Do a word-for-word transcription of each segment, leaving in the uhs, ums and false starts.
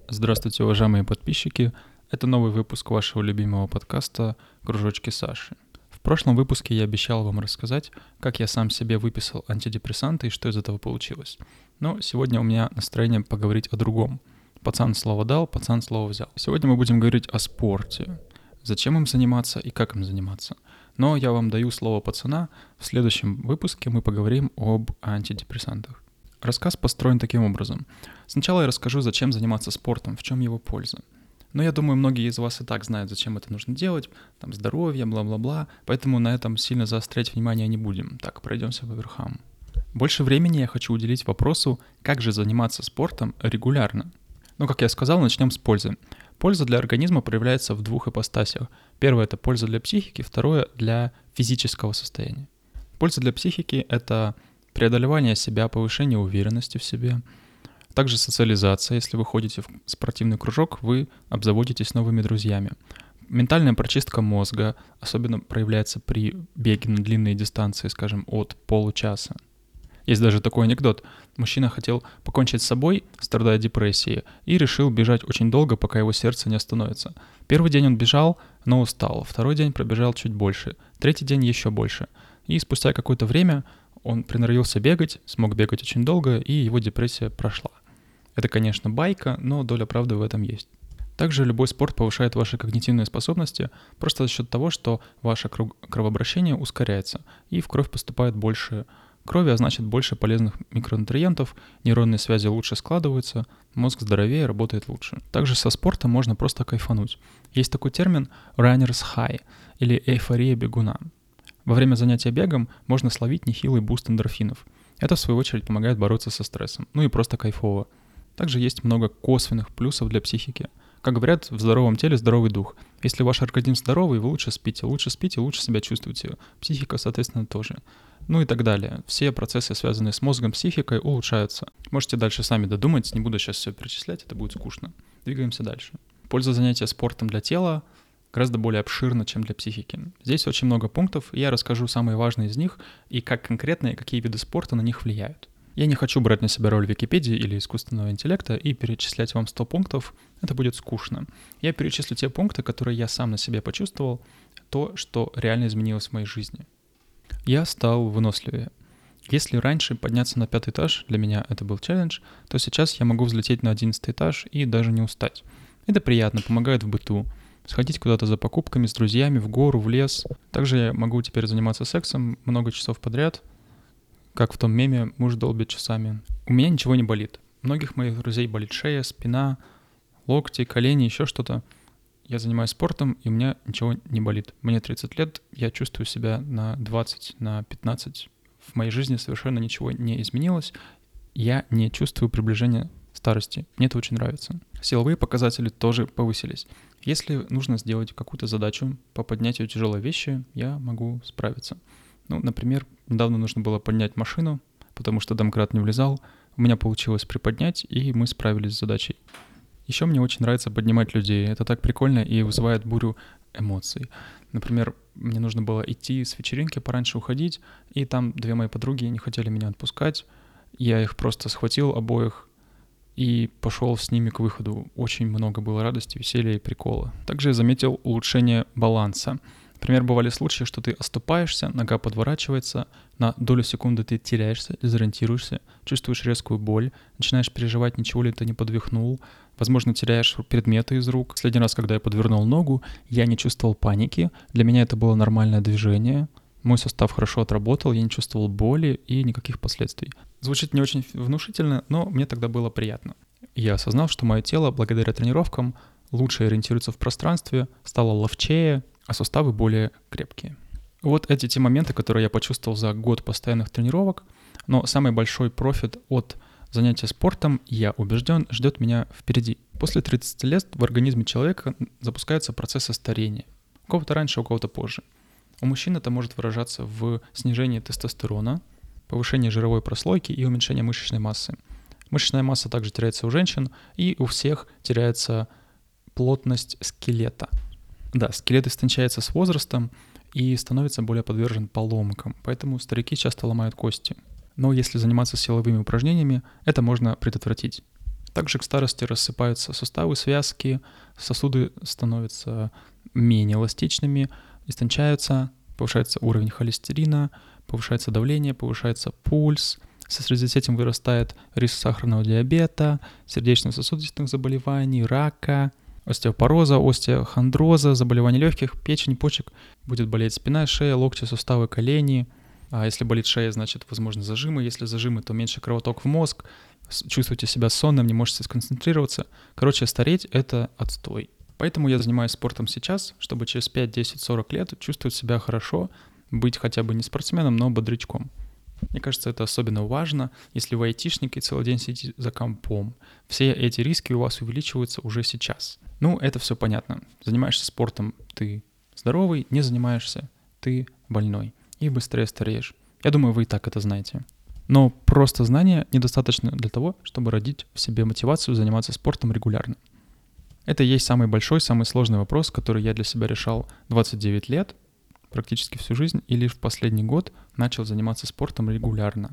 Здравствуйте, уважаемые подписчики. Это новый выпуск вашего любимого подкаста «Кружочки Саши». В прошлом выпуске я обещал вам рассказать, как я сам себе выписал антидепрессанты и что из этого получилось. Но сегодня у меня настроение поговорить о другом. Пацан слово дал, пацан слово взял. Сегодня мы будем говорить о спорте. Зачем им заниматься и как им заниматься. Но я вам даю слово пацана. В следующем выпуске мы поговорим об антидепрессантах. Рассказ построен таким образом. Сначала я расскажу, зачем заниматься спортом, в чем его польза. Но я думаю, многие из вас и так знают, зачем это нужно делать, там здоровье, бла-бла-бла, поэтому на этом сильно заострять внимание не будем. Так, пройдемся по верхам. Больше времени я хочу уделить вопросу, как же заниматься спортом регулярно. Ну, как я сказал, начнем с пользы. Польза для организма проявляется в двух ипостасях. Первое — это польза для психики, второе — для физического состояния. Польза для психики — это преодолевание себя, повышение уверенности в себе, также социализация. Если вы ходите в спортивный кружок, вы обзаводитесь новыми друзьями. Ментальная прочистка мозга особенно проявляется при беге на длинные дистанции, скажем, от получаса. Есть даже такой анекдот. Мужчина хотел покончить с собой, страдая депрессией, и решил бежать очень долго, пока его сердце не остановится. Первый день он бежал, но устал. Второй день пробежал чуть больше. Третий день еще больше. И спустя какое-то время он приноровился бегать, смог бегать очень долго, и его депрессия прошла. Это, конечно, байка, но доля правды в этом есть. Также любой спорт повышает ваши когнитивные способности просто за счет того, что ваше кровообращение ускоряется, и в кровь поступает больше крови, а значит больше полезных микронутриентов, нейронные связи лучше складываются, мозг здоровее, работает лучше. Также со спортом можно просто кайфануть. Есть такой термин runner's high или эйфория бегуна. Во время занятия бегом можно словить нехилый буст эндорфинов. Это, в свою очередь, помогает бороться со стрессом. Ну и просто кайфово. Также есть много косвенных плюсов для психики. Как говорят, в здоровом теле здоровый дух. Если ваш организм здоровый, вы лучше спите, лучше спите, лучше себя чувствуете. Психика, соответственно, тоже. Ну и так далее. Все процессы, связанные с мозгом, психикой, улучшаются. Можете дальше сами додумать, не буду сейчас все перечислять, это будет скучно. Двигаемся дальше. Польза занятия спортом для тела гораздо более обширна, чем для психики. Здесь очень много пунктов, и я расскажу самые важные из них и как конкретно и какие виды спорта на них влияют. Я не хочу брать на себя роль Википедии или искусственного интеллекта и перечислять вам сто пунктов, это будет скучно. Я перечислю те пункты, которые я сам на себе почувствовал, то, что реально изменилось в моей жизни. Я стал выносливее. Если раньше подняться на пятый этаж для меня это был челлендж, то сейчас я могу взлететь на одиннадцатый этаж и даже не устать. Это приятно, помогает в быту. Сходить куда-то за покупками с друзьями, в гору, в лес. Также я могу теперь заниматься сексом много часов подряд, как в том меме «Муж долбит часами». У меня ничего не болит. У многих моих друзей болит шея, спина, локти, колени, еще что-то. Я занимаюсь спортом, и у меня ничего не болит. Мне тридцать лет, я чувствую себя на двадцать, на пятнадцать. В моей жизни совершенно ничего не изменилось. Я не чувствую приближения старости. Мне это очень нравится. Силовые показатели тоже повысились. Если нужно сделать какую-то задачу по поднятию тяжелой вещи, я могу справиться. Ну, например, недавно нужно было поднять машину, потому что домкрат не влезал. У меня получилось приподнять, и мы справились с задачей. Еще мне очень нравится поднимать людей. Это так прикольно и вызывает бурю эмоций. Например, мне нужно было идти с вечеринки, пораньше уходить, и там две мои подруги не хотели меня отпускать. Я их просто схватил обоих и пошел с ними к выходу. Очень много было радости, веселья и прикола. Также я заметил улучшение баланса. Например, бывали случаи, что ты оступаешься, нога подворачивается, на долю секунды ты теряешься, дезориентируешься, чувствуешь резкую боль, начинаешь переживать, ничего ли ты не подвихнул, возможно, теряешь предметы из рук. Последний раз, когда я подвернул ногу, я не чувствовал паники, для меня это было нормальное движение, мой сустав хорошо отработал, я не чувствовал боли и никаких последствий. Звучит не очень внушительно, но мне тогда было приятно. Я осознал, что мое тело, благодаря тренировкам, лучше ориентируется в пространстве, стало ловчее, а суставы более крепкие. Вот эти те моменты, которые я почувствовал за год постоянных тренировок, но самый большой профит от занятия спортом, я убежден, ждет меня впереди. После тридцати лет в организме человека запускаются процессы старения. У кого-то раньше, у кого-то позже. У мужчин это может выражаться в снижении тестостерона, повышении жировой прослойки и уменьшении мышечной массы. Мышечная масса также теряется у женщин, и у всех теряется плотность скелета. Да, скелет истончается с возрастом и становится более подвержен поломкам, поэтому старики часто ломают кости. Но если заниматься силовыми упражнениями, это можно предотвратить. Также к старости рассыпаются суставы, связки, сосуды становятся менее эластичными, истончаются, повышается уровень холестерина, повышается давление, повышается пульс. В связи с этим вырастает риск сахарного диабета, сердечно-сосудистых заболеваний, рака, остеопороза, остеохондроза, заболеваний легких, печени, почек. Будет болеть спина, шея, локти, суставы, колени. А если болит шея, значит, возможно, зажимы. Если зажимы, то меньше кровоток в мозг. Чувствуете себя сонным, не можете сконцентрироваться. Короче, стареть — это отстой. Поэтому я занимаюсь спортом сейчас, чтобы через пять, десять, сорок лет чувствовать себя хорошо, быть хотя бы не спортсменом, но бодрячком. Мне кажется, это особенно важно, если вы айтишник и целый день сидите за компом. Все эти риски у вас увеличиваются уже сейчас. Ну, это все понятно. Занимаешься спортом — ты здоровый, не занимаешься — ты больной. И быстрее стареешь. Я думаю, вы и так это знаете. Но просто знания недостаточно для того, чтобы родить в себе мотивацию заниматься спортом регулярно. Это и есть самый большой, самый сложный вопрос, который я для себя решал двадцать девять лет, практически всю жизнь, и лишь в последний год начал заниматься спортом регулярно.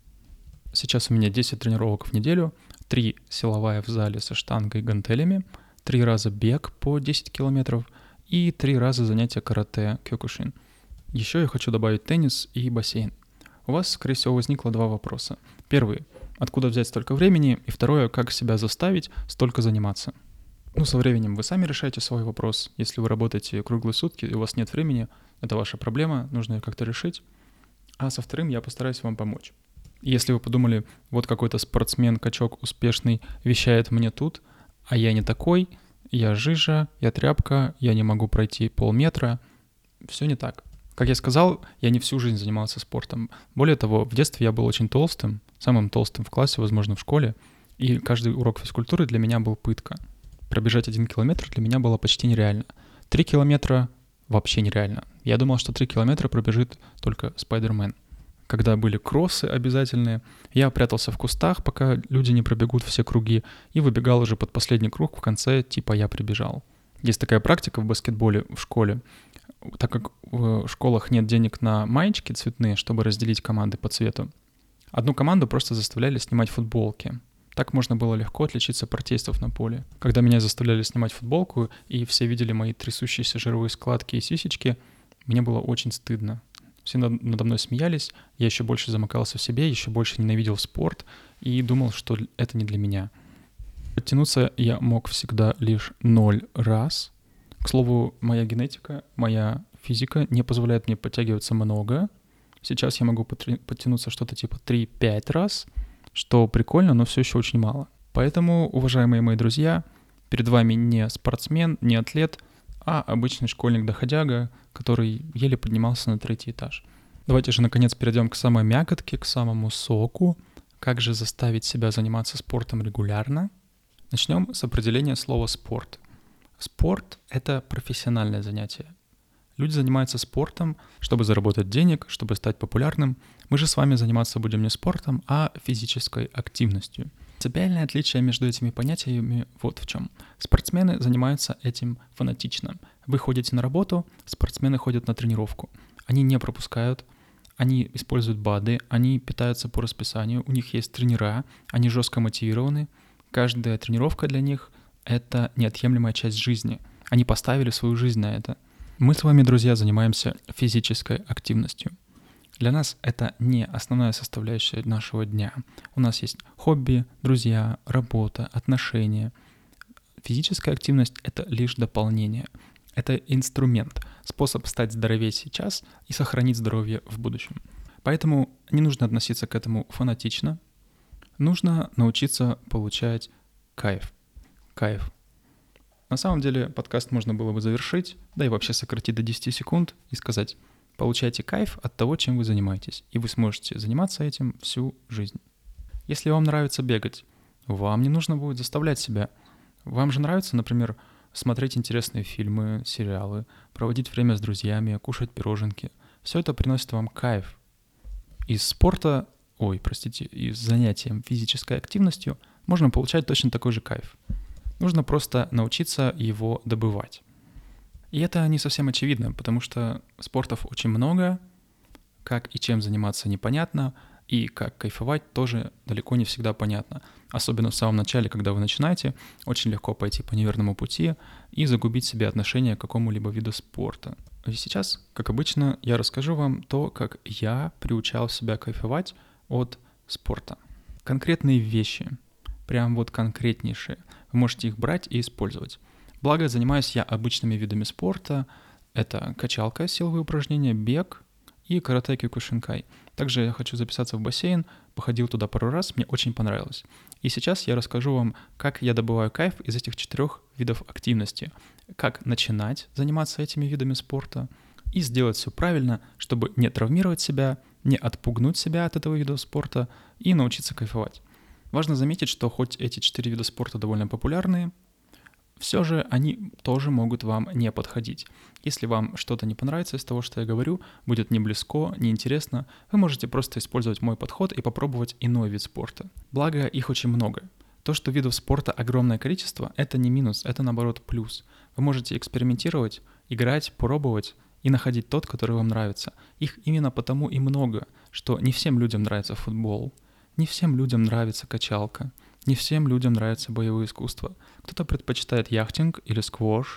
Сейчас у меня десять тренировок в неделю, три силовая в зале со штангой и гантелями, три раза бег по десять километров и три раза занятия карате кёкушин. Еще я хочу добавить теннис и бассейн. У вас, скорее всего, возникло два вопроса. Первый — откуда взять столько времени? И второе — как себя заставить столько заниматься? Ну, со временем вы сами решаете свой вопрос. Если вы работаете круглые сутки и у вас нет времени, это ваша проблема, нужно ее как-то решить. А со вторым я постараюсь вам помочь. Если вы подумали, вот какой-то спортсмен-качок успешный вещает мне тут, а я не такой, я жижа, я тряпка, я не могу пройти полметра, все не так. Как я сказал, я не всю жизнь занимался спортом. Более того, в детстве я был очень толстым, самым толстым в классе, возможно, в школе, и каждый урок физкультуры для меня был пытка. Пробежать один километр для меня было почти нереально. Три километра вообще нереально. Я думал, что три километра пробежит только Спайдермен. Когда были кроссы обязательные, я прятался в кустах, пока люди не пробегут все круги, и выбегал уже под последний круг в конце, типа я прибежал. Есть такая практика в баскетболе в школе. Так как в школах нет денег на маечки цветные, чтобы разделить команды по цвету, одну команду просто заставляли снимать футболки. Так можно было легко отличить сепаратистов на поле. Когда меня заставляли снимать футболку, и все видели мои трясущиеся жировые складки и сисечки, мне было очень стыдно. Все надо мной смеялись, я еще больше замыкался в себе, еще больше ненавидел спорт и думал, что это не для меня. Подтянуться я мог всегда лишь ноль раз. К слову, моя генетика, моя физика не позволяет мне подтягиваться много. Сейчас я могу подтянуться что-то типа три-пять раз, что прикольно, но все еще очень мало. Поэтому, уважаемые мои друзья, перед вами не спортсмен, не атлет, а обычный школьник-доходяга, который еле поднимался на третий этаж. Давайте же, наконец, перейдем к самой мякотке, к самому соку. Как же заставить себя заниматься спортом регулярно? Начнем с определения слова «спорт». Спорт — это профессиональное занятие. Люди занимаются спортом, чтобы заработать денег, чтобы стать популярным. Мы же с вами заниматься будем не спортом, а физической активностью. Принципиальное отличие между этими понятиями вот в чем. Спортсмены занимаются этим фанатично. Вы ходите на работу, спортсмены ходят на тренировку. Они не пропускают, они используют БАДы, они питаются по расписанию, у них есть тренера, они жестко мотивированы. Каждая тренировка для них — это неотъемлемая часть жизни. Они поставили свою жизнь на это. Мы с вами, друзья, занимаемся физической активностью. Для нас это не основная составляющая нашего дня. У нас есть хобби, друзья, работа, отношения. Физическая активность — это лишь дополнение. Это инструмент, способ стать здоровее сейчас и сохранить здоровье в будущем. Поэтому не нужно относиться к этому фанатично. Нужно научиться получать кайф. Кайф. На самом деле подкаст можно было бы завершить, да и вообще сократить до десяти секунд и сказать: получайте кайф от того, чем вы занимаетесь, и вы сможете заниматься этим всю жизнь. Если вам нравится бегать, вам не нужно будет заставлять себя. Вам же нравится, например, смотреть интересные фильмы, сериалы, проводить время с друзьями, кушать пироженки. Все это приносит вам кайф. Из спорта, ой, простите, из занятия физической активностью можно получать точно такой же кайф. Нужно просто научиться его добывать. И это не совсем очевидно, потому что спортов очень много, как и чем заниматься непонятно, и как кайфовать тоже далеко не всегда понятно. Особенно в самом начале, когда вы начинаете, очень легко пойти по неверному пути и загубить себе отношение к какому-либо виду спорта. И сейчас, как обычно, я расскажу вам то, как я приучал себя кайфовать от спорта. Конкретные вещи, прям вот конкретнейшие, вы можете их брать и использовать. Благо, занимаюсь я обычными видами спорта. Это качалка, силовые упражнения, бег и каратэ кёкушинкай. Также я хочу записаться в бассейн, походил туда пару раз, мне очень понравилось. И сейчас я расскажу вам, как я добываю кайф из этих четырех видов активности. Как начинать заниматься этими видами спорта и сделать все правильно, чтобы не травмировать себя, не отпугнуть себя от этого вида спорта и научиться кайфовать. Важно заметить, что хоть эти четыре вида спорта довольно популярные, все же они тоже могут вам не подходить. Если вам что-то не понравится из того, что я говорю, будет не близко, не интересно, вы можете просто использовать мой подход и попробовать иной вид спорта. Благо, их очень много. То, что видов спорта огромное количество, это не минус, это наоборот плюс. Вы можете экспериментировать, играть, пробовать и находить тот, который вам нравится. Их именно потому и много, что не всем людям нравится футбол, не всем людям нравится качалка, не всем людям нравится боевое искусство. Кто-то предпочитает яхтинг или сквош,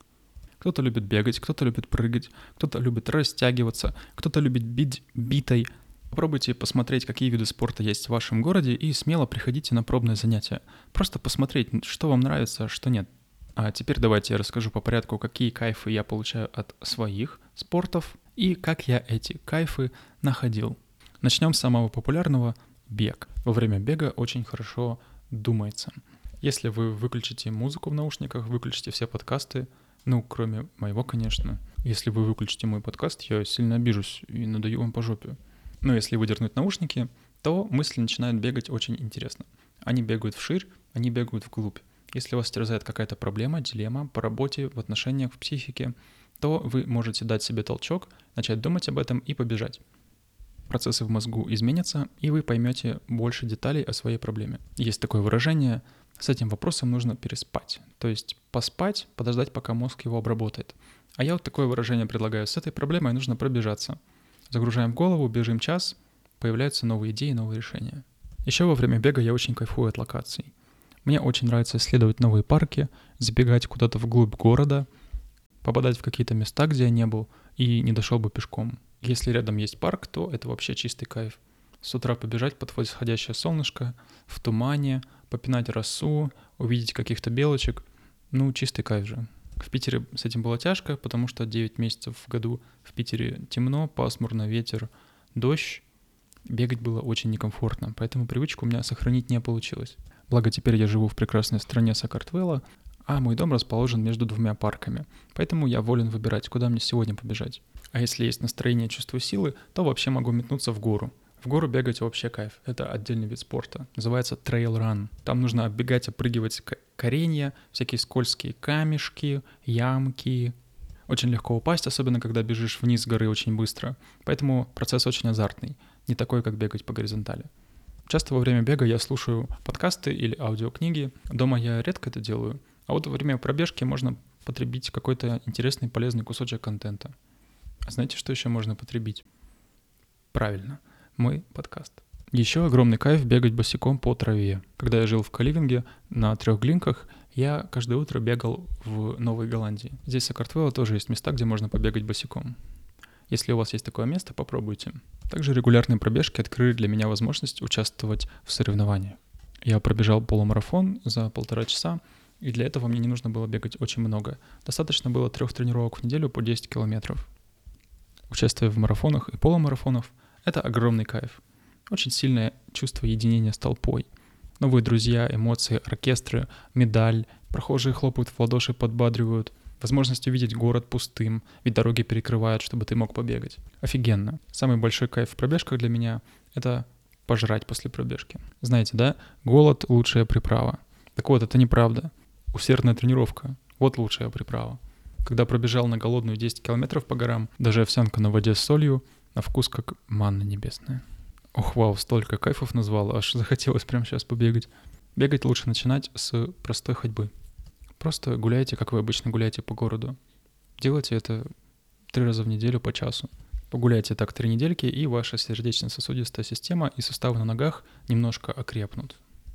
кто-то любит бегать, кто-то любит прыгать, кто-то любит растягиваться, кто-то любит бить битой. Попробуйте посмотреть, какие виды спорта есть в вашем городе, и смело приходите на пробные занятия. Просто посмотреть, что вам нравится, что нет. А теперь давайте я расскажу по порядку, какие кайфы я получаю от своих спортов и как я эти кайфы находил. Начнем с самого популярного – бег. Во время бега очень хорошо думается. Если вы выключите музыку в наушниках, выключите все подкасты, ну, кроме моего, конечно. Если вы выключите мой подкаст, я сильно обижусь и надаю вам по жопе. Но если выдернуть наушники, то мысли начинают бегать очень интересно. Они бегают вширь, они бегают вглубь. Если вас терзает какая-то проблема, дилемма по работе, в отношениях, в психике, то вы можете дать себе толчок, начать думать об этом и побежать. Процессы в мозгу изменятся, и вы поймете больше деталей о своей проблеме. Есть такое выражение: с этим вопросом нужно переспать. То есть поспать, подождать, пока мозг его обработает. А я вот такое выражение предлагаю: с этой проблемой нужно пробежаться. Загружаем в голову, бежим час, появляются новые идеи, новые решения. Еще во время бега я очень кайфую от локаций. Мне очень нравится исследовать новые парки, забегать куда-то вглубь города, попадать в какие-то места, где я не был и не дошел бы пешком. Если рядом есть парк, то это вообще чистый кайф. С утра побежать под восходящее солнышко, в тумане, попинать росу, увидеть каких-то белочек. Ну, чистый кайф же. В Питере с этим было тяжко, потому что девять месяцев в году в Питере темно, пасмурно, ветер, дождь. Бегать было очень некомфортно, поэтому привычку у меня сохранить не получилось. Благо теперь я живу в прекрасной стране Сакартвело, а мой дом расположен между двумя парками, поэтому я волен выбирать, куда мне сегодня побежать. А если есть настроение, чувство силы, то вообще могу метнуться в гору. В гору бегать вообще кайф. Это отдельный вид спорта. Называется трейл-ран. Там нужно оббегать, опрыгивать коренья, всякие скользкие камешки, ямки. Очень легко упасть, особенно когда бежишь вниз с горы очень быстро. Поэтому процесс очень азартный. Не такой, как бегать по горизонтали. Часто во время бега я слушаю подкасты или аудиокниги. Дома я редко это делаю. А вот во время пробежки можно потребить какой-то интересный, полезный кусочек контента. А знаете, что еще можно потребить? Правильно, мой подкаст. Еще огромный кайф бегать босиком по траве. Когда я жил в Каливинге на трех глинках, я каждое утро бегал в Новой Голландии. Здесь в Сакартвело тоже есть места, где можно побегать босиком. Если у вас есть такое место, попробуйте. Также регулярные пробежки открыли для меня возможность участвовать в соревнованиях. Я пробежал полумарафон за полтора часа, и для этого мне не нужно было бегать очень много. Достаточно было трех тренировок в неделю по десять километров. Участие в марафонах и полумарафонах — это огромный кайф. Очень сильное чувство единения с толпой. Новые друзья, эмоции, оркестры, медаль, прохожие хлопают в ладоши, подбадривают. Возможность увидеть город пустым, ведь дороги перекрывают, чтобы ты мог побегать. Офигенно. Самый большой кайф в пробежках для меня — это пожрать после пробежки. Знаете, да? Голод — лучшая приправа. Так вот, это неправда. Усердная тренировка — вот лучшая приправа. Когда пробежал на голодную десять километров по горам, даже овсянка на воде с солью, на вкус как манна небесная. Ох, вау, столько кайфов назвал, аж захотелось прямо сейчас побегать. Бегать лучше начинать с простой ходьбы. Просто гуляйте, как вы обычно гуляете по городу. Делайте это три раза в неделю по часу. Погуляйте так три недельки, и ваша сердечно-сосудистая система и суставы на ногах немножко окрепнут.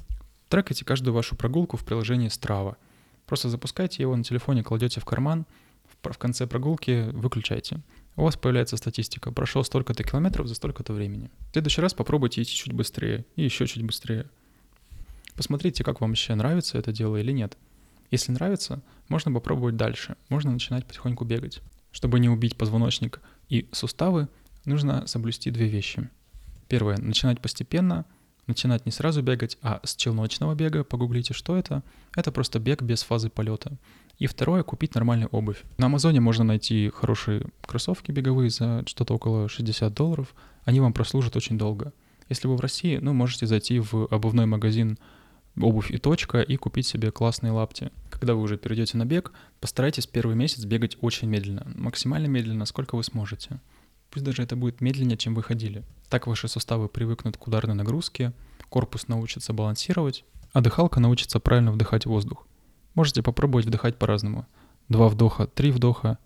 Трекайте каждую вашу прогулку в приложении Strava. Просто запускайте его на телефоне, кладете в карман, в конце прогулки выключайте. У вас появляется статистика. Прошел столько-то километров за столько-то времени. В следующий раз попробуйте идти чуть быстрее и еще чуть быстрее. Посмотрите, как вам вообще нравится это дело или нет. Если нравится, можно попробовать дальше. Можно начинать потихоньку бегать. Чтобы не убить позвоночник и суставы, нужно соблюсти две вещи. Первое. Начинать постепенно. Начинать не сразу бегать, а с челночного бега. Погуглите, что это. Это просто бег без фазы полета. И второе, купить нормальную обувь. На Амазоне можно найти хорошие кроссовки беговые за что-то около шестьдесят долларов. Они вам прослужат очень долго. Если вы в России, ну, можете зайти в обувной магазин «Обувь и точка» и купить себе классные лапти. Когда вы уже перейдете на бег, постарайтесь первый месяц бегать очень медленно. Максимально медленно, сколько вы сможете. Пусть даже это будет медленнее, чем вы ходили. Так ваши суставы привыкнут к ударной нагрузке, корпус научится балансировать, а дыхалка научится правильно вдыхать воздух. Можете попробовать вдыхать по-разному. Два вдоха, три вдоха.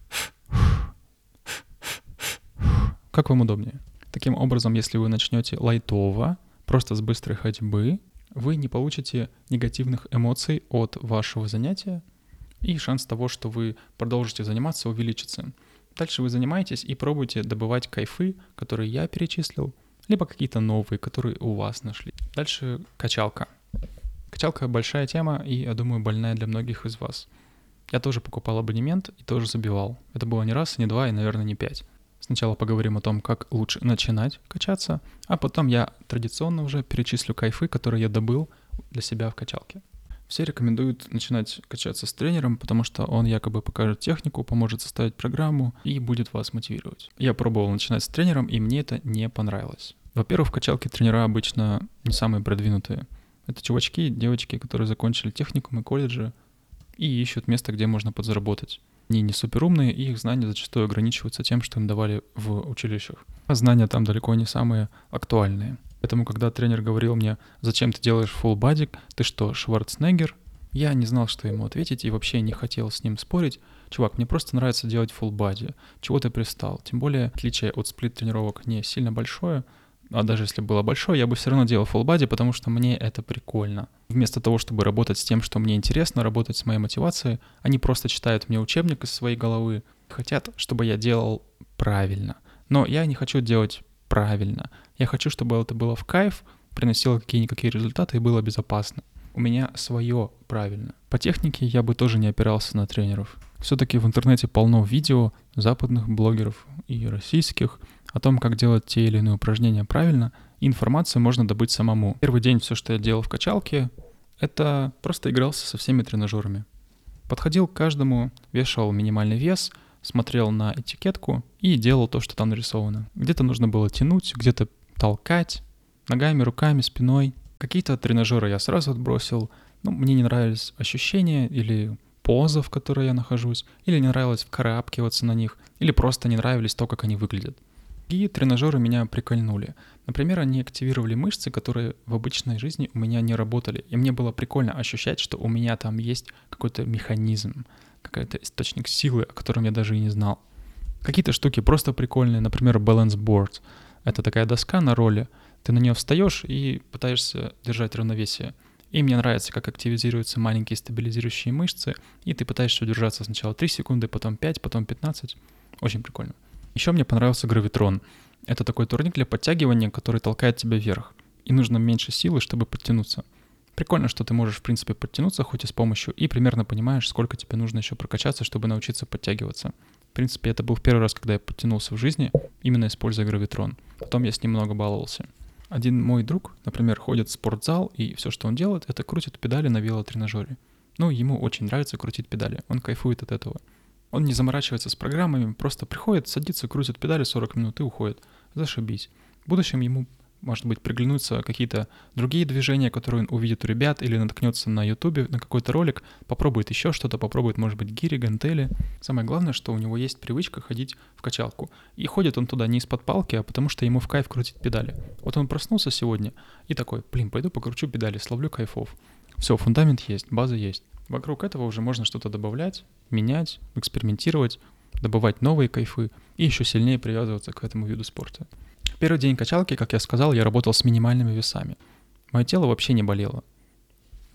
Как вам удобнее. Таким образом, если вы начнете лайтово, просто с быстрой ходьбы, вы не получите негативных эмоций от вашего занятия, и шанс того, что вы продолжите заниматься, увеличится. Дальше вы занимаетесь и пробуйте добывать кайфы, которые я перечислил, либо какие-то новые, которые у вас нашли. Дальше качалка. Качалка — большая тема и, я думаю, больная для многих из вас. Я тоже покупал абонемент и тоже забивал. Это было не раз, не два и, наверное, не пять. Сначала поговорим о том, как лучше начинать качаться, а потом я традиционно уже перечислю кайфы, которые я добыл для себя в качалке. Все рекомендуют начинать качаться с тренером, потому что он якобы покажет технику, поможет составить программу и будет вас мотивировать. Я пробовал начинать с тренером, и мне это не понравилось. Во-первых, в качалке тренера обычно не самые продвинутые. Это чувачки, девочки, которые закончили техникум и колледжи и ищут место, где можно подзаработать. Они не суперумные, и их знания зачастую ограничиваются тем, что им давали в училищах. А знания там далеко не самые актуальные. Поэтому, когда тренер говорил мне: «Зачем ты делаешь full body? Ты что, Шварценеггер?» Я не знал, что ему ответить, и вообще не хотел с ним спорить. Чувак, мне просто нравится делать full body. Чего ты пристал? Тем более, отличие от сплит-тренировок не сильно большое. А даже если было большое, я бы все равно делал full body, потому что мне это прикольно. Вместо того, чтобы работать с тем, что мне интересно, работать с моей мотивацией, они просто читают мне учебник из своей головы. Хотят, чтобы я делал правильно. Но я не хочу делать правильно. Я хочу, чтобы это было в кайф, приносило какие-никакие результаты и было безопасно. У меня свое правильно. По технике я бы тоже не опирался на тренеров. Все-таки в интернете полно видео западных блогеров и российских о том, как делать те или иные упражнения правильно, и информацию можно добыть самому. Первый день все, что я делал в качалке, это просто игрался со всеми тренажерами. Подходил к каждому, вешал минимальный вес, смотрел на этикетку и делал то, что там нарисовано. Где-то нужно было тянуть, где-то толкать, ногами, руками, спиной. Какие-то тренажеры я сразу отбросил. Ну, мне не нравились ощущения или поза, в которой я нахожусь, или не нравилось вкарабкиваться на них, или просто не нравились то, как они выглядят. И тренажеры меня прикольнули. Например, они активировали мышцы, которые в обычной жизни у меня не работали. И мне было прикольно ощущать, что у меня там есть какой-то механизм, какой-то источник силы, о котором я даже и не знал. Какие-то штуки просто прикольные, например, balance board. Это такая доска на роле. Ты на нее встаешь и пытаешься держать равновесие. И мне нравится, как активизируются маленькие стабилизирующие мышцы, и ты пытаешься удержаться сначала три секунды, потом пять, потом пятнадцать. Очень прикольно. Еще мне понравился гравитрон. Это такой турник для подтягивания, который толкает тебя вверх. И нужно меньше силы, чтобы подтянуться. Прикольно, что ты можешь, в принципе, подтянуться хоть и с помощью, и примерно понимаешь, сколько тебе нужно еще прокачаться, чтобы научиться подтягиваться. В принципе, это был первый раз, когда я подтянулся в жизни, именно используя гравитрон. Потом я с ним много баловался. Один мой друг, например, ходит в спортзал, и все, что он делает, это крутит педали на велотренажере. Ну, ему очень нравится крутить педали, он кайфует от этого. Он не заморачивается с программами, просто приходит, садится, крутит педали сорок минут и уходит. Зашибись. В будущем ему, может быть, приглянутся какие-то другие движения, которые он увидит у ребят, или наткнется на ютубе на какой-то ролик, попробует еще что-то, попробует, может быть, гири, гантели. Самое главное, что у него есть привычка ходить в качалку. И ходит он туда не из-под палки, а потому что ему в кайф крутить педали. Вот он проснулся сегодня и такой: блин, пойду покручу педали, словлю кайфов. Все, фундамент есть, база есть. Вокруг этого уже можно что-то добавлять, менять, экспериментировать, добывать новые кайфы и еще сильнее привязываться к этому виду спорта. В первый день качалки, как я сказал, я работал с минимальными весами. Мое тело вообще не болело.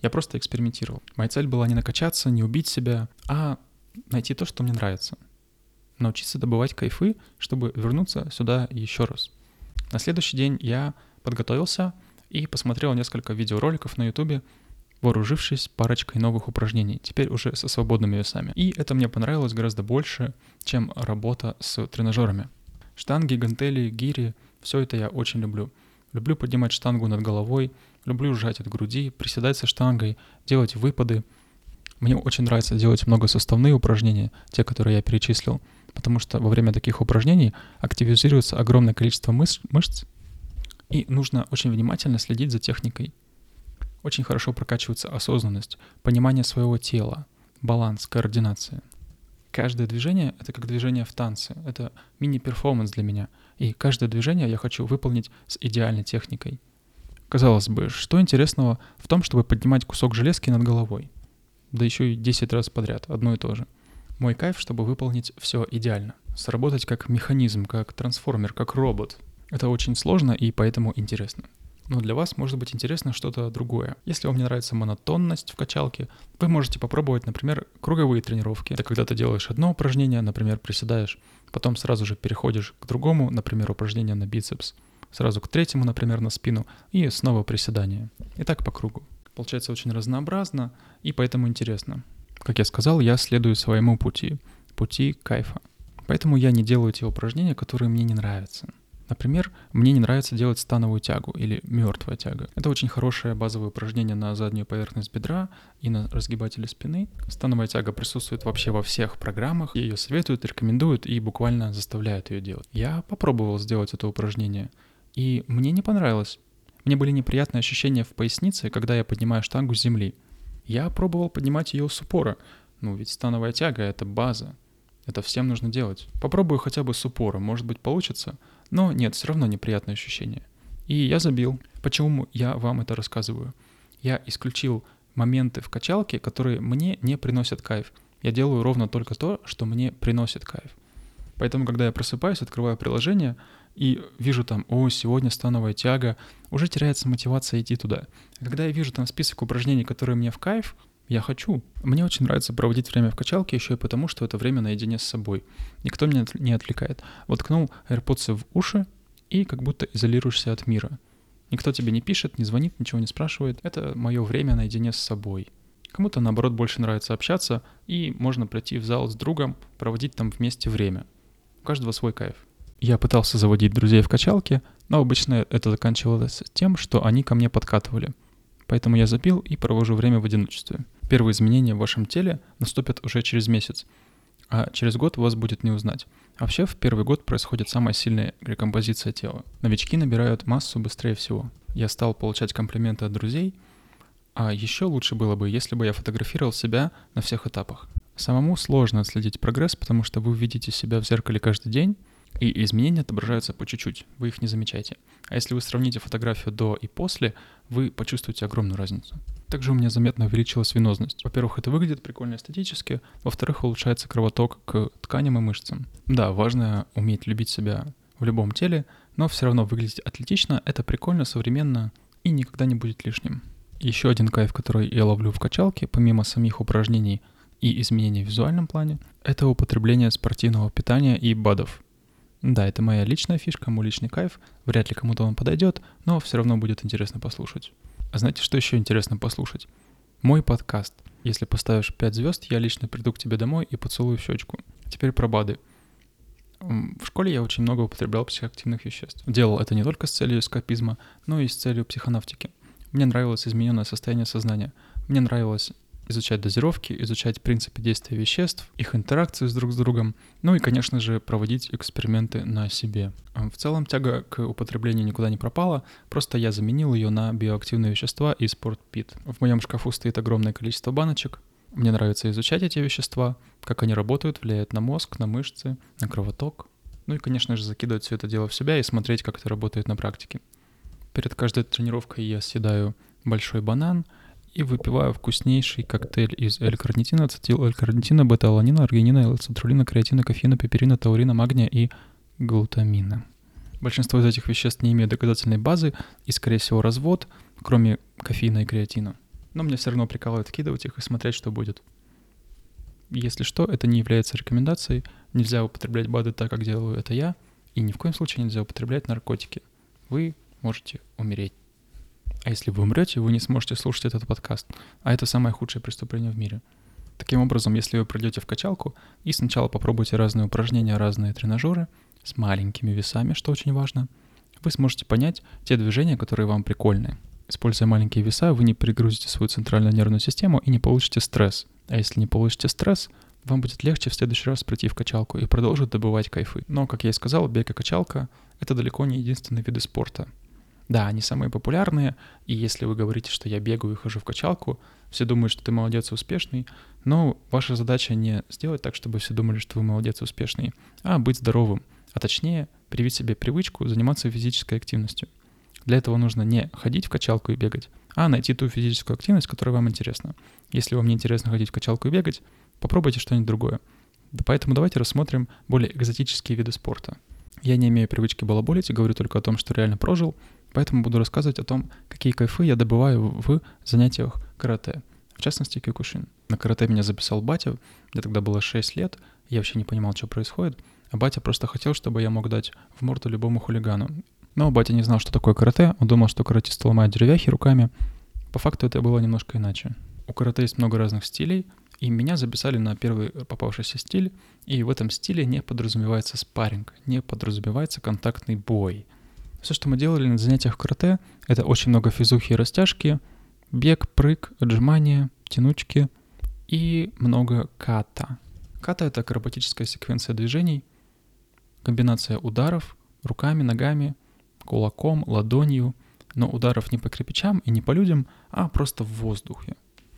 Я просто экспериментировал. Моя цель была не накачаться, не убить себя, а найти то, что мне нравится. Научиться добывать кайфы, чтобы вернуться сюда еще раз. На следующий день я подготовился и посмотрел несколько видеороликов на Ютубе, вооружившись парочкой новых упражнений, теперь уже со свободными весами. И это мне понравилось гораздо больше, чем работа с тренажерами. Штанги, гантели, гири — все это я очень люблю. Люблю поднимать штангу над головой, люблю сжать от груди, приседать со штангой, делать выпады. Мне очень нравится делать многосуставные упражнения, те, которые я перечислил, потому что во время таких упражнений активизируется огромное количество мыш- мышц, и нужно очень внимательно следить за техникой. Очень хорошо прокачивается осознанность, понимание своего тела, баланс, координация. Каждое движение — это как движение в танце, это мини-перформанс для меня, и каждое движение я хочу выполнить с идеальной техникой. Казалось бы, что интересного в том, чтобы поднимать кусок железки над головой? Да еще и десять раз подряд, одно и то же. Мой кайф, чтобы выполнить все идеально, сработать как механизм, как трансформер, как робот. Это очень сложно и поэтому интересно. Но для вас может быть интересно что-то другое. Если вам не нравится монотонность в качалке, вы можете попробовать, например, круговые тренировки. Это когда ты делаешь одно упражнение, например, приседаешь, потом сразу же переходишь к другому, например, упражнение на бицепс, сразу к третьему, например, на спину, и снова приседание. И так по кругу. Получается очень разнообразно и поэтому интересно. Как я сказал, я следую своему пути, пути кайфа. Поэтому я не делаю те упражнения, которые мне не нравятся. Например, мне не нравится делать становую тягу или мертвая тяга. Это очень хорошее базовое упражнение на заднюю поверхность бедра и на разгибатели спины. Становая тяга присутствует вообще во всех программах. Ее советуют, рекомендуют и буквально заставляют ее делать. Я попробовал сделать это упражнение, и мне не понравилось. Мне были неприятные ощущения в пояснице, когда я поднимаю штангу с земли. Я пробовал поднимать ее с упора. Ну, ведь становая тяга — это база. Это всем нужно делать. Попробую хотя бы с упора, может быть, получится. Но нет, все равно неприятное ощущение. И я забил. Почему я вам это рассказываю? Я исключил моменты в качалке, которые мне не приносят кайф. Я делаю ровно только то, что мне приносит кайф. Поэтому, когда я просыпаюсь, открываю приложение и вижу там: о, сегодня становая тяга, уже теряется мотивация идти туда. А когда я вижу там список упражнений, которые мне в кайф, я хочу. Мне очень нравится проводить время в качалке еще и потому, что это время наедине с собой. Никто меня не отвлекает. Воткнул AirPods в уши и как будто изолируешься от мира. Никто тебе не пишет, не звонит, ничего не спрашивает. Это мое время наедине с собой. Кому-то, наоборот, больше нравится общаться, и можно прийти в зал с другом, проводить там вместе время. У каждого свой кайф. Я пытался заводить друзей в качалке, но обычно это заканчивалось тем, что они ко мне подкатывали. Поэтому я забил и провожу время в одиночестве. Первые изменения в вашем теле наступят уже через месяц, а через год вас будет не узнать. Вообще, в первый год происходит самая сильная рекомпозиция тела. Новички набирают массу быстрее всего. Я стал получать комплименты от друзей, а еще лучше было бы, если бы я фотографировал себя на всех этапах. Самому сложно отследить прогресс, потому что вы видите себя в зеркале каждый день, и изменения отображаются по чуть-чуть, вы их не замечаете. А если вы сравните фотографию до и после, вы почувствуете огромную разницу. Также у меня заметно увеличилась венозность. Во-первых, это выглядит прикольно эстетически, во-вторых, улучшается кровоток к тканям и мышцам. Да, важно уметь любить себя в любом теле, но все равно выглядеть атлетично — это прикольно, современно и никогда не будет лишним. Еще один кайф, который я ловлю в качалке, помимо самих упражнений и изменений в визуальном плане, это употребление спортивного питания и БАДов. Да, это моя личная фишка, мой личный кайф. Вряд ли кому-то он подойдет, но все равно будет интересно послушать. А знаете, что еще интересно послушать? Мой подкаст. Если поставишь пять звезд, я лично приду к тебе домой и поцелую в щечку. Теперь про БАДы. В школе я очень много употреблял психоактивных веществ. Делал это не только с целью эскапизма, но и с целью психонавтики. Мне нравилось измененное состояние сознания. Мне нравилось изучать дозировки, изучать принципы действия веществ, их интеракции с друг с другом, ну и, конечно же, проводить эксперименты на себе. В целом, тяга к употреблению никуда не пропала, просто я заменил ее на биоактивные вещества и спортпит. В моем шкафу стоит огромное количество баночек. Мне нравится изучать эти вещества, как они работают, влияют на мозг, на мышцы, на кровоток. Ну и, конечно же, закидывать все это дело в себя и смотреть, как это работает на практике. Перед каждой тренировкой я съедаю большой банан и выпиваю вкуснейший коктейль из L-карнитина, ацетил-L-карнитина, бета-аланина, аргинина, L-цитрулина, креатина, кофеина, пеперина, таурина, магния и глутамина. Большинство из этих веществ не имеют доказательной базы и, скорее всего, развод, кроме кофеина и креатина. Но меня все равно прикалывает вкидывать их и смотреть, что будет. Если что, это не является рекомендацией. Нельзя употреблять БАДы так, как делаю это я. И ни в коем случае нельзя употреблять наркотики. Вы можете умереть. А если вы умрете, вы не сможете слушать этот подкаст. А это самое худшее преступление в мире. Таким образом, если вы придете в качалку и сначала попробуйте разные упражнения, разные тренажеры с маленькими весами, что очень важно, вы сможете понять те движения, которые вам прикольные. Используя маленькие веса, вы не перегрузите свою центральную нервную систему и не получите стресс. А если не получите стресс, вам будет легче в следующий раз прийти в качалку и продолжить добывать кайфы. Но, как я и сказал, бег и качалка — это далеко не единственные виды спорта. Да, они самые популярные, и если вы говорите, что я бегаю и хожу в качалку, все думают, что ты молодец и успешный, но ваша задача не сделать так, чтобы все думали, что вы молодец и успешный, а быть здоровым, а точнее привить себе привычку заниматься физической активностью. Для этого нужно не ходить в качалку и бегать, а найти ту физическую активность, которая вам интересна. Если вам не интересно ходить в качалку и бегать, попробуйте что-нибудь другое. Поэтому давайте рассмотрим более экзотические виды спорта. Я не имею привычки балаболить и говорю только о том, что реально прожил, поэтому буду рассказывать о том, какие кайфы я добываю в занятиях карате, в частности кёкушин. На карате меня записал батя, мне тогда было шесть лет, я вообще не понимал, что происходит, а батя просто хотел, чтобы я мог дать в морду любому хулигану. Но батя не знал, что такое карате, он думал, что каратисты ломают деревяхи руками. По факту это было немножко иначе. У карате есть много разных стилей, и меня записали на первый попавшийся стиль, и в этом стиле не подразумевается спарринг, не подразумевается контактный бой. Все, что мы делали на занятиях карате, это очень много физухи и растяжки, бег, прыг, отжимания, тянучки и много ката. Ката — это акробатическая секвенция движений, комбинация ударов руками, ногами, кулаком, ладонью, но ударов не по кирпичам и не по людям, а просто в воздухе.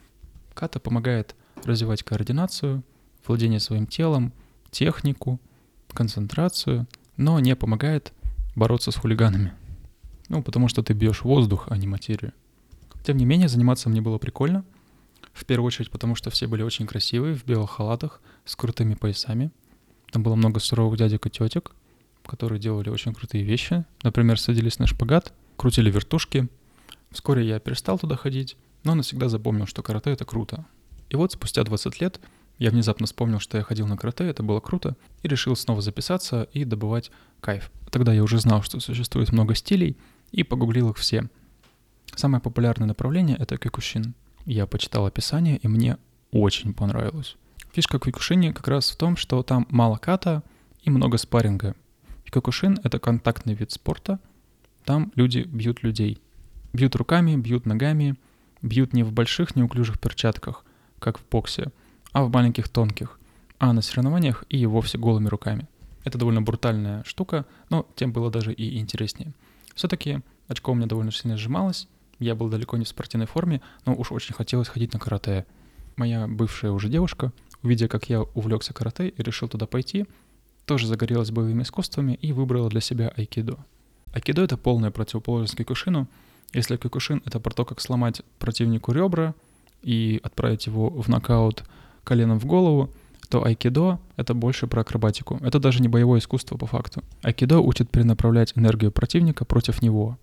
Ката помогает развивать координацию, владение своим телом, технику, концентрацию, но не помогает бороться с хулиганами. Ну, потому что ты бьешь воздух, а не материю. Тем не менее, заниматься мне было прикольно. В первую очередь, потому что все были очень красивые, в белых халатах, с крутыми поясами. Там было много суровых дядек и тетек, которые делали очень крутые вещи. Например, садились на шпагат, крутили вертушки. Вскоре я перестал туда ходить, но навсегда запомнил, что карате — это круто. И вот спустя двадцать лет я внезапно вспомнил, что я ходил на карате, это было круто, и решил снова записаться и добывать кайф. Тогда я уже знал, что существует много стилей, и погуглил их все. Самое популярное направление — это кёкушин. Я почитал описание, и мне очень понравилось. Фишка кёкушини как раз в том, что там мало ката и много спарринга. Кёкушин — это контактный вид спорта, там люди бьют людей. Бьют руками, бьют ногами, бьют не в больших неуклюжих перчатках, как в боксе, а в маленьких тонких, а на соревнованиях и вовсе голыми руками. Это довольно брутальная штука, но тем было даже и интереснее. Все-таки очко у меня довольно сильно сжималось, я был далеко не в спортивной форме, но уж очень хотелось ходить на карате. Моя бывшая уже девушка, увидя, как я увлекся карате и решил туда пойти, тоже загорелась боевыми искусствами и выбрала для себя айкидо. Айкидо — это полная противоположность кёкушину. Если кёкушин — это про то, как сломать противнику ребра и отправить его в нокаут коленом в голову, то айкидо — это больше про акробатику. Это даже не боевое искусство по факту. Айкидо учит перенаправлять энергию противника против него.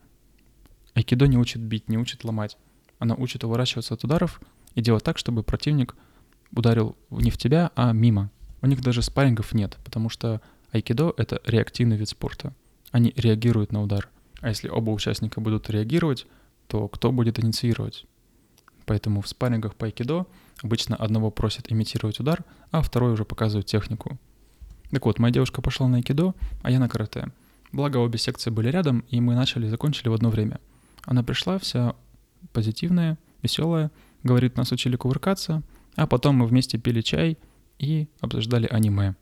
Айкидо не учит бить, не учит ломать. Оно учит уворачиваться от ударов и делать так, чтобы противник ударил не в тебя, а мимо. У них даже спаррингов нет, потому что айкидо — это реактивный вид спорта. Они реагируют на удар. А если оба участника будут реагировать, то кто будет инициировать? Поэтому в спаррингах по айкидо обычно одного просят имитировать удар, а второй уже показывает технику. Так вот, моя девушка пошла на айкидо, а я на карате. Благо, обе секции были рядом, и мы начали и закончили в одно время. Она пришла вся позитивная, веселая, говорит, нас учили кувыркаться, а потом мы вместе пили чай и обсуждали аниме.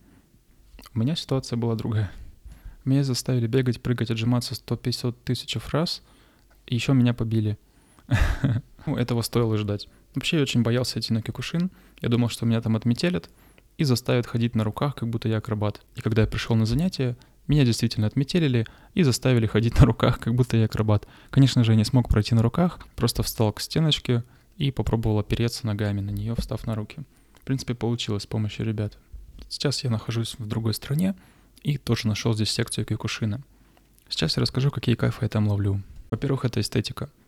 У меня ситуация была другая. Меня заставили бегать, прыгать, отжиматься сто пятьдесят тысяч раз, и еще меня побили. Ну, этого стоило ждать. Вообще, я очень боялся идти на кёкушин. Я думал, что меня там отметелят и заставят ходить на руках, как будто я акробат. И когда я пришел на занятия, меня действительно отметелили и заставили ходить на руках, как будто я акробат. Конечно же, я не смог пройти на руках, просто встал к стеночке и попробовал опереться ногами на нее, встав на руки. В принципе, получилось с помощью ребят. Сейчас я нахожусь в другой стране и тоже нашел здесь секцию кёкушина. Сейчас я расскажу, какие кайфы я там ловлю. Во-первых, это эстетика.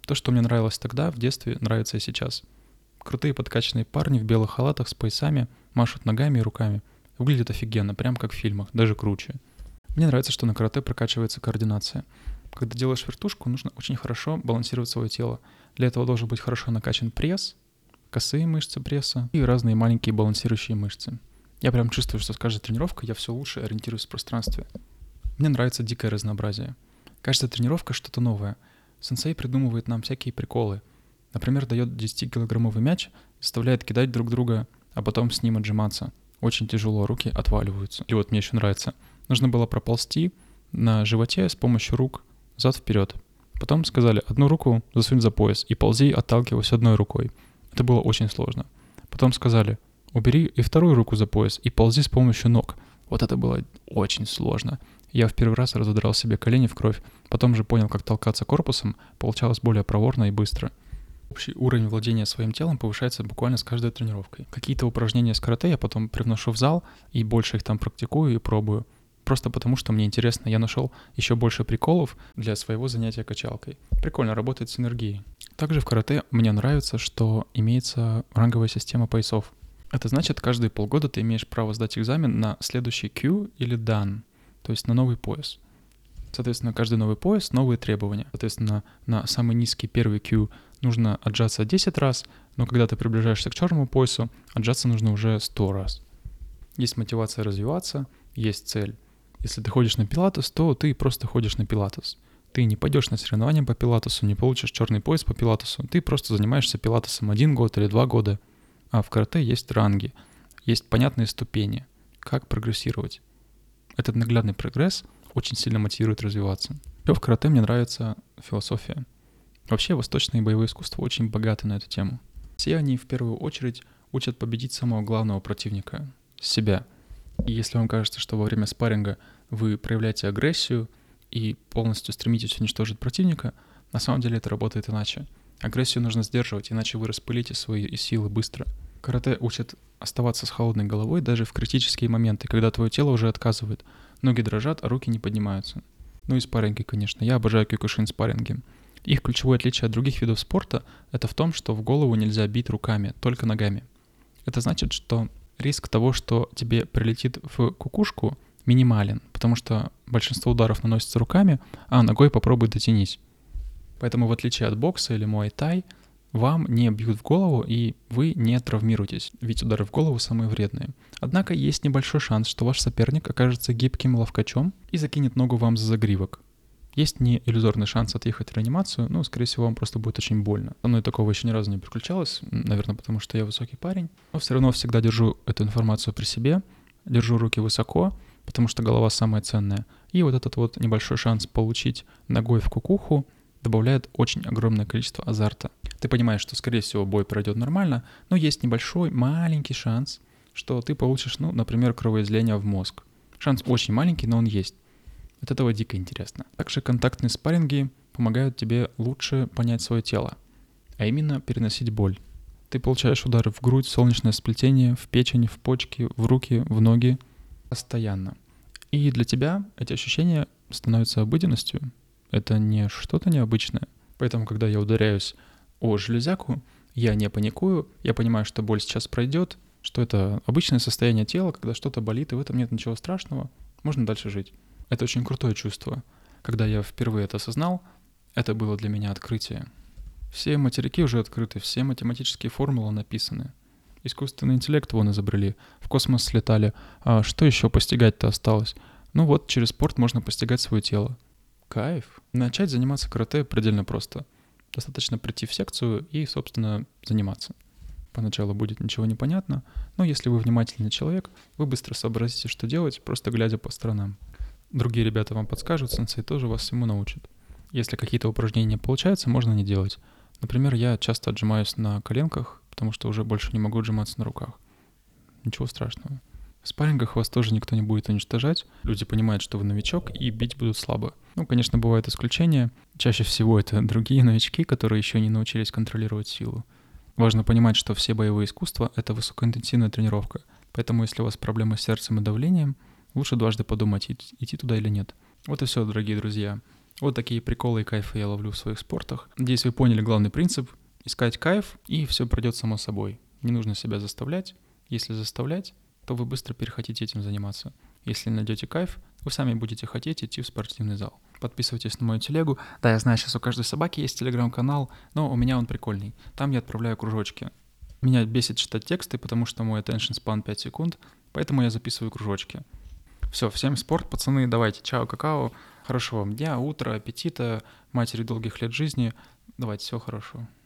То, что мне нравилось тогда, в детстве, нравится и сейчас. Крутые подкачанные парни в белых халатах с поясами машут ногами и руками. Выглядит офигенно, прям как в фильмах, даже круче. Мне нравится, что на карате прокачивается координация. Когда делаешь вертушку, нужно очень хорошо балансировать свое тело. Для этого должен быть хорошо накачан пресс, косые мышцы пресса и разные маленькие балансирующие мышцы. Я прям чувствую, что с каждой тренировкой я все лучше ориентируюсь в пространстве. Мне нравится дикое разнообразие. Каждая тренировка что-то новое. Сенсей придумывает нам всякие приколы. Например, дает десятикилограммовый мяч, заставляет кидать друг друга, а потом с ним отжиматься. Очень тяжело, руки отваливаются. И вот мне еще нравится. Нужно было проползти на животе с помощью рук зад-вперед. Потом сказали, одну руку засунь за пояс и ползи, отталкиваясь одной рукой. Это было очень сложно. Потом сказали, убери и вторую руку за пояс и ползи с помощью ног. Вот это было очень сложно. Я в первый раз разодрал себе колени в кровь, потом же понял, как толкаться корпусом, получалось более проворно и быстро. Общий уровень владения своим телом повышается буквально с каждой тренировкой. Какие-то упражнения с карате я потом привношу в зал и больше их там практикую и пробую. Просто потому, что мне интересно, я нашел еще больше приколов для своего занятия качалкой. Прикольно, работает с энергией. Также в карате мне нравится, что имеется ранговая система поясов. Это значит, каждые полгода ты имеешь право сдать экзамен на следующий Q или дан, то есть на новый пояс. Соответственно, каждый новый пояс — новые требования. Соответственно, на самый низкий первый Q нужно отжаться десять раз, но когда ты приближаешься к черному поясу, отжаться нужно уже сто раз. Есть мотивация развиваться, есть цель. Если ты ходишь на пилатес, то ты просто ходишь на пилатес. Ты не пойдешь на соревнования по пилатесу, не получишь черный пояс по пилатесу. Ты просто занимаешься пилатесом один год или два года. А в карате есть ранги, есть понятные ступени, как прогрессировать. Этот наглядный прогресс очень сильно мотивирует развиваться. Еще в карате мне нравится философия. Вообще восточные боевые искусства очень богаты на эту тему. Все они в первую очередь учат победить самого главного противника — себя. И если вам кажется, что во время спарринга вы проявляете агрессию и полностью стремитесь уничтожить противника, на самом деле это работает иначе. Агрессию нужно сдерживать, иначе вы распылите свои силы быстро. Карате учит оставаться с холодной головой даже в критические моменты, когда твое тело уже отказывает. Ноги дрожат, а руки не поднимаются. Ну и спарринги, конечно. Я обожаю кёкушин спарринги. Их ключевое отличие от других видов спорта — это в том, что в голову нельзя бить руками, только ногами. Это значит, что риск того, что тебе прилетит в кукушку, минимален, потому что большинство ударов наносится руками, а ногой попробуй дотянись. Поэтому в отличие от бокса или муай-тай, вам не бьют в голову и вы не травмируетесь, ведь удары в голову самые вредные. Однако есть небольшой шанс, что ваш соперник окажется гибким ловкачом и закинет ногу вам за загривок. Есть не иллюзорный шанс отъехать в реанимацию, но, скорее всего, вам просто будет очень больно. Со мной такого еще ни разу не приключалось, наверное, потому что я высокий парень. Но все равно всегда держу эту информацию при себе, держу руки высоко, потому что голова самая ценная. И вот этот вот небольшой шанс получить ногой в кукуху добавляет очень огромное количество азарта. Ты понимаешь, что, скорее всего, бой пройдет нормально, но есть небольшой, маленький шанс, что ты получишь, ну, например, кровоизлияние в мозг. Шанс очень маленький, но он есть. От этого дико интересно. Также контактные спарринги помогают тебе лучше понять свое тело, а именно переносить боль. Ты получаешь удары в грудь, в солнечное сплетение, в печень, в почки, в руки, в ноги постоянно. И для тебя эти ощущения становятся обыденностью. Это не что-то необычное. Поэтому, когда я ударяюсь о железяку, я не паникую, я понимаю, что боль сейчас пройдет, что это обычное состояние тела, когда что-то болит, и в этом нет ничего страшного, можно дальше жить. Это очень крутое чувство. Когда я впервые это осознал, это было для меня открытие. Все материки уже открыты, все математические формулы написаны. Искусственный интеллект вон изобрели, в космос слетали. А что еще постигать-то осталось? Ну вот, через спорт можно постигать свое тело. Кайф. Начать заниматься карате предельно просто. Достаточно прийти в секцию и, собственно, заниматься. Поначалу будет ничего не понятно, но если вы внимательный человек, вы быстро сообразите, что делать, просто глядя по сторонам. Другие ребята вам подскажут, сенсей тоже вас всему научит. Если какие-то упражнения не получаются, можно не делать. Например, я часто отжимаюсь на коленках, потому что уже больше не могу отжиматься на руках. Ничего страшного. В спаррингах вас тоже никто не будет уничтожать. Люди понимают, что вы новичок, и бить будут слабо. Ну, конечно, бывают исключения. Чаще всего это другие новички, которые еще не научились контролировать силу. Важно понимать, что все боевые искусства — это высокоинтенсивная тренировка. Поэтому, если у вас проблемы с сердцем и давлением, лучше дважды подумать, идти туда или нет. Вот и все, дорогие друзья. Вот такие приколы и кайфы я ловлю в своих спортах. Надеюсь, вы поняли главный принцип — искать кайф, и все пройдет само собой. Не нужно себя заставлять. Если заставлять, то вы быстро перехотите этим заниматься. Если найдете кайф, вы сами будете хотеть идти в спортивный зал. Подписывайтесь на мою телегу. Да, я знаю, сейчас у каждой собаки есть телеграм-канал, но у меня он прикольный. Там я отправляю кружочки. Меня бесит читать тексты, потому что мой attention span пять секунд, поэтому я записываю кружочки. Все, всем спорт, пацаны, давайте, чао, какао. Хорошего вам дня, утра, аппетита, матери долгих лет жизни. Давайте, всего хорошего.